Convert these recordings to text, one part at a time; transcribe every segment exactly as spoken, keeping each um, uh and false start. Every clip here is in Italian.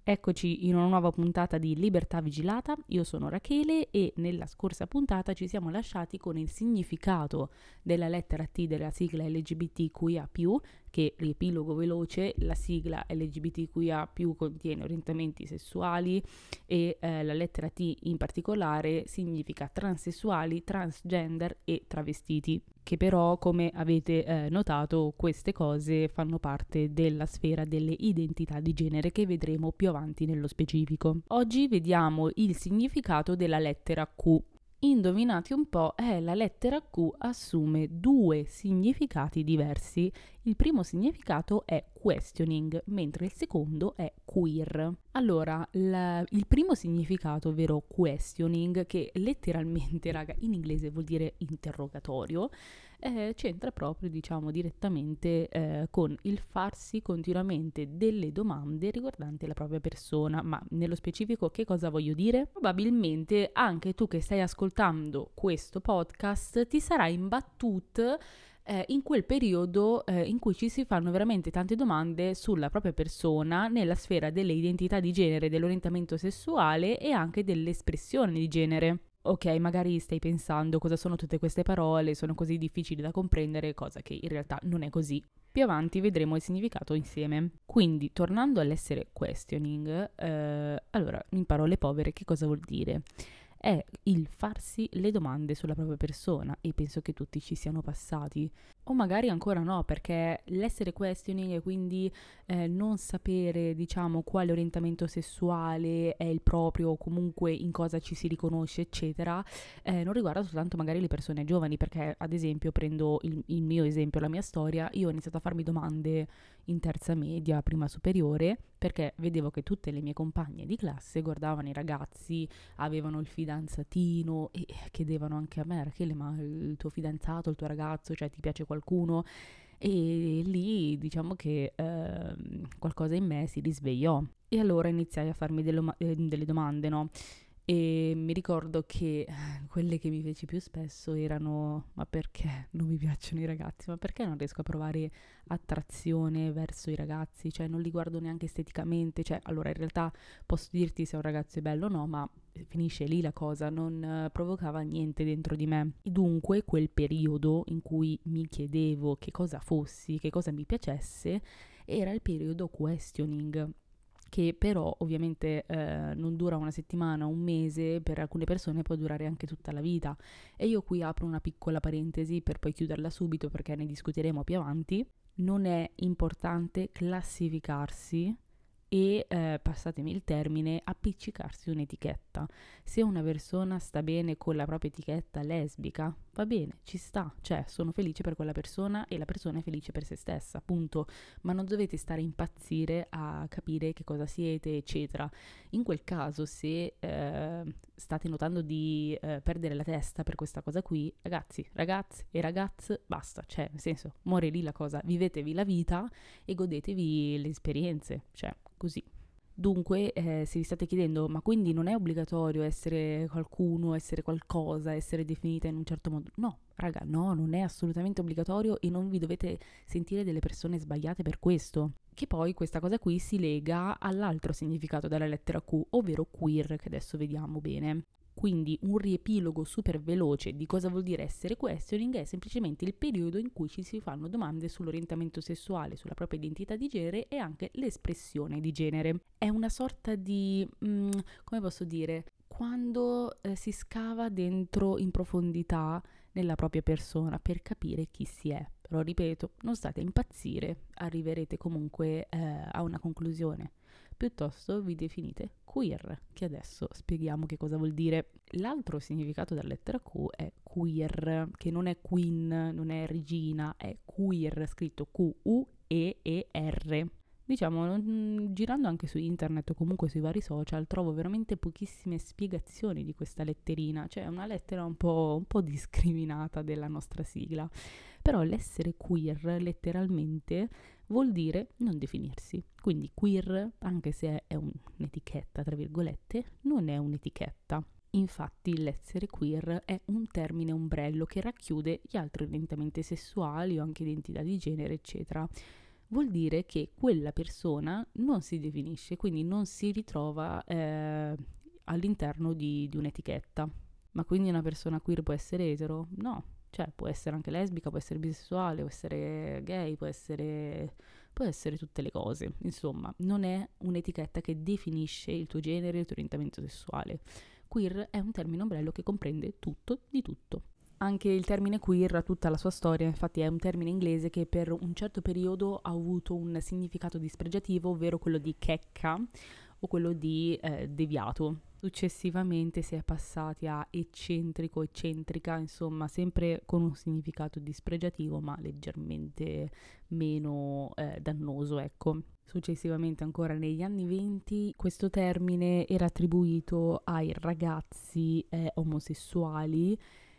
Eccoci in una nuova puntata di Libertà Vigilata, io sono Rachele e nella scorsa puntata ci siamo lasciati con il significato della lettera T della sigla L G B T Q I A più, che riepilogo veloce, la sigla L G B T Q I A più contiene orientamenti sessuali e eh, la lettera T in particolare significa transessuali, transgender e travestiti, che però come avete eh, notato queste cose fanno parte della sfera delle identità di genere che vedremo più avanti nello specifico. Oggi vediamo il significato della lettera Q. Indovinate un po', eh, la lettera Q assume due significati diversi. Il primo significato è questioning, mentre il secondo è queer. Allora, la, il primo significato, ovvero questioning, che letteralmente, raga, in inglese vuol dire interrogatorio, eh, c'entra proprio, diciamo, direttamente eh, con il farsi continuamente delle domande riguardanti la propria persona. Ma nello specifico che cosa voglio dire? Probabilmente anche tu che stai ascoltando questo podcast ti sarai imbattuto Eh, in quel periodo eh, in cui ci si fanno veramente tante domande sulla propria persona nella sfera delle identità di genere, dell'orientamento sessuale e anche dell'espressione di genere. Ok, magari stai pensando cosa sono tutte queste parole, sono così difficili da comprendere, cosa che in realtà non è così. Più avanti vedremo il significato insieme. Quindi, tornando all'essere questioning, eh, allora, in parole povere, che cosa vuol dire? È il farsi le domande sulla propria persona e penso che tutti ci siano passati. O magari ancora no, perché l'essere questioning e quindi eh, non sapere, diciamo, quale orientamento sessuale è il proprio o comunque in cosa ci si riconosce, eccetera, eh, non riguarda soltanto magari le persone giovani, perché ad esempio prendo il, il mio esempio, la mia storia, io ho iniziato a farmi domande in terza media, prima superiore, perché vedevo che tutte le mie compagne di classe guardavano i ragazzi, avevano il fidanzatino e chiedevano anche a me, Rachele, ma il tuo fidanzato, il tuo ragazzo, cioè ti piace qualcuno? E lì diciamo che eh, qualcosa in me si risvegliò e allora iniziai a farmi delle, eh, delle domande, no? E mi ricordo che quelle che mi feci più spesso erano: ma perché non mi piacciono i ragazzi? Ma perché non riesco a provare attrazione verso i ragazzi? Cioè non li guardo neanche esteticamente, cioè allora in realtà posso dirti se un ragazzo è bello o no, ma finisce lì la cosa, non eh, provocava niente dentro di me. E dunque quel periodo in cui mi chiedevo che cosa fossi, che cosa mi piacesse, era il periodo questioning, che però ovviamente eh, non dura una settimana, un mese, per alcune persone può durare anche tutta la vita. E io qui apro una piccola parentesi per poi chiuderla subito perché ne discuteremo più avanti. Non è importante classificarsi e, eh, passatemi il termine, appiccicarsi un'etichetta. Se una persona sta bene con la propria etichetta lesbica, va bene, ci sta, cioè sono felice per quella persona e la persona è felice per se stessa, appunto, ma non dovete stare a impazzire a capire che cosa siete, eccetera. In quel caso, se eh, state notando di eh, perdere la testa per questa cosa qui, ragazzi, ragazze e ragazze, basta, cioè, nel senso, muore lì la cosa, vivetevi la vita e godetevi le esperienze, cioè, così. Dunque, eh, se vi state chiedendo, ma quindi non è obbligatorio essere qualcuno, essere qualcosa, essere definita in un certo modo? No, raga, no, non è assolutamente obbligatorio e non vi dovete sentire delle persone sbagliate per questo. Che poi questa cosa qui si lega all'altro significato della lettera Q, ovvero queer, che adesso vediamo bene. Quindi un riepilogo super veloce di cosa vuol dire essere questioning è semplicemente il periodo in cui ci si fanno domande sull'orientamento sessuale, sulla propria identità di genere e anche l'espressione di genere. È una sorta di, mm, come posso dire, quando eh, si scava dentro in profondità nella propria persona per capire chi si è. Però ripeto, non state a impazzire, arriverete comunque eh, a una conclusione. Piuttosto vi definite queer, che adesso spieghiamo che cosa vuol dire. L'altro significato della lettera Q è queer, che non è queen, non è regina, è queer, scritto Q U E E R. Diciamo, non, girando anche su internet o comunque sui vari social, trovo veramente pochissime spiegazioni di questa letterina, cioè è una lettera un po', un po' discriminata della nostra sigla. Però l'essere queer letteralmente vuol dire non definirsi. Quindi queer, anche se è un, un'etichetta, tra virgolette, non è un'etichetta. Infatti l'essere queer è un termine ombrello che racchiude gli altri orientamenti sessuali o anche identità di genere, eccetera. vuol dire che quella persona non si definisce, quindi non si ritrova eh, all'interno di, di un'etichetta. Ma quindi una persona queer può essere etero? No, cioè può essere anche lesbica, può essere bisessuale, può essere gay, può essere, può essere tutte le cose. Insomma, non è un'etichetta che definisce il tuo genere, il tuo orientamento sessuale. Queer è un termine ombrello che comprende tutto di tutto. Anche il termine queer ha tutta la sua storia, infatti è un termine inglese che per un certo periodo ha avuto un significato dispregiativo, ovvero quello di checca o quello di eh, deviato. Successivamente si è passati a eccentrico, eccentrica, insomma sempre con un significato dispregiativo ma leggermente meno eh, dannoso, ecco. Successivamente ancora negli anni venti questo termine era attribuito ai ragazzi eh, omosessuali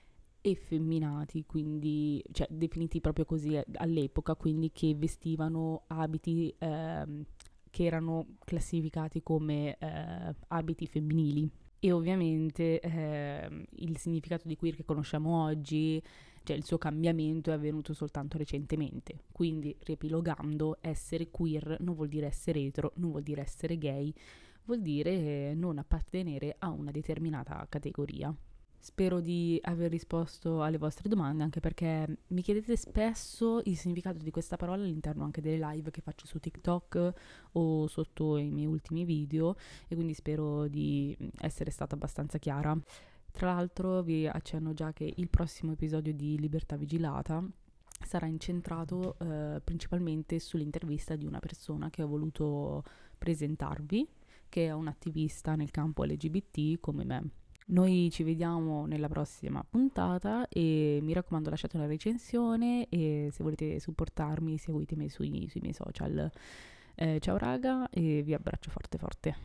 effeminati, quindi, cioè definiti proprio così eh, all'epoca, quindi che vestivano abiti ehm, che erano classificati come eh, abiti femminili. E ovviamente ehm, il significato di queer che conosciamo oggi, cioè il suo cambiamento è avvenuto soltanto recentemente. Quindi, riepilogando, essere queer non vuol dire essere etero, non vuol dire essere gay, vuol dire non appartenere a una determinata categoria. Spero di aver risposto alle vostre domande, anche perché mi chiedete spesso il significato di questa parola all'interno anche delle live che faccio su TikTok o sotto i miei ultimi video, e quindi spero di essere stata abbastanza chiara. Tra l'altro vi accenno già che il prossimo episodio di Libertà Vigilata sarà incentrato eh, principalmente sull'intervista di una persona che ho voluto presentarvi, che è un attivista nel campo L G B T come me. Noi ci vediamo nella prossima puntata e mi raccomando lasciate una recensione e se volete supportarmi seguitemi sui, sui miei social. Eh, ciao raga e vi abbraccio forte forte.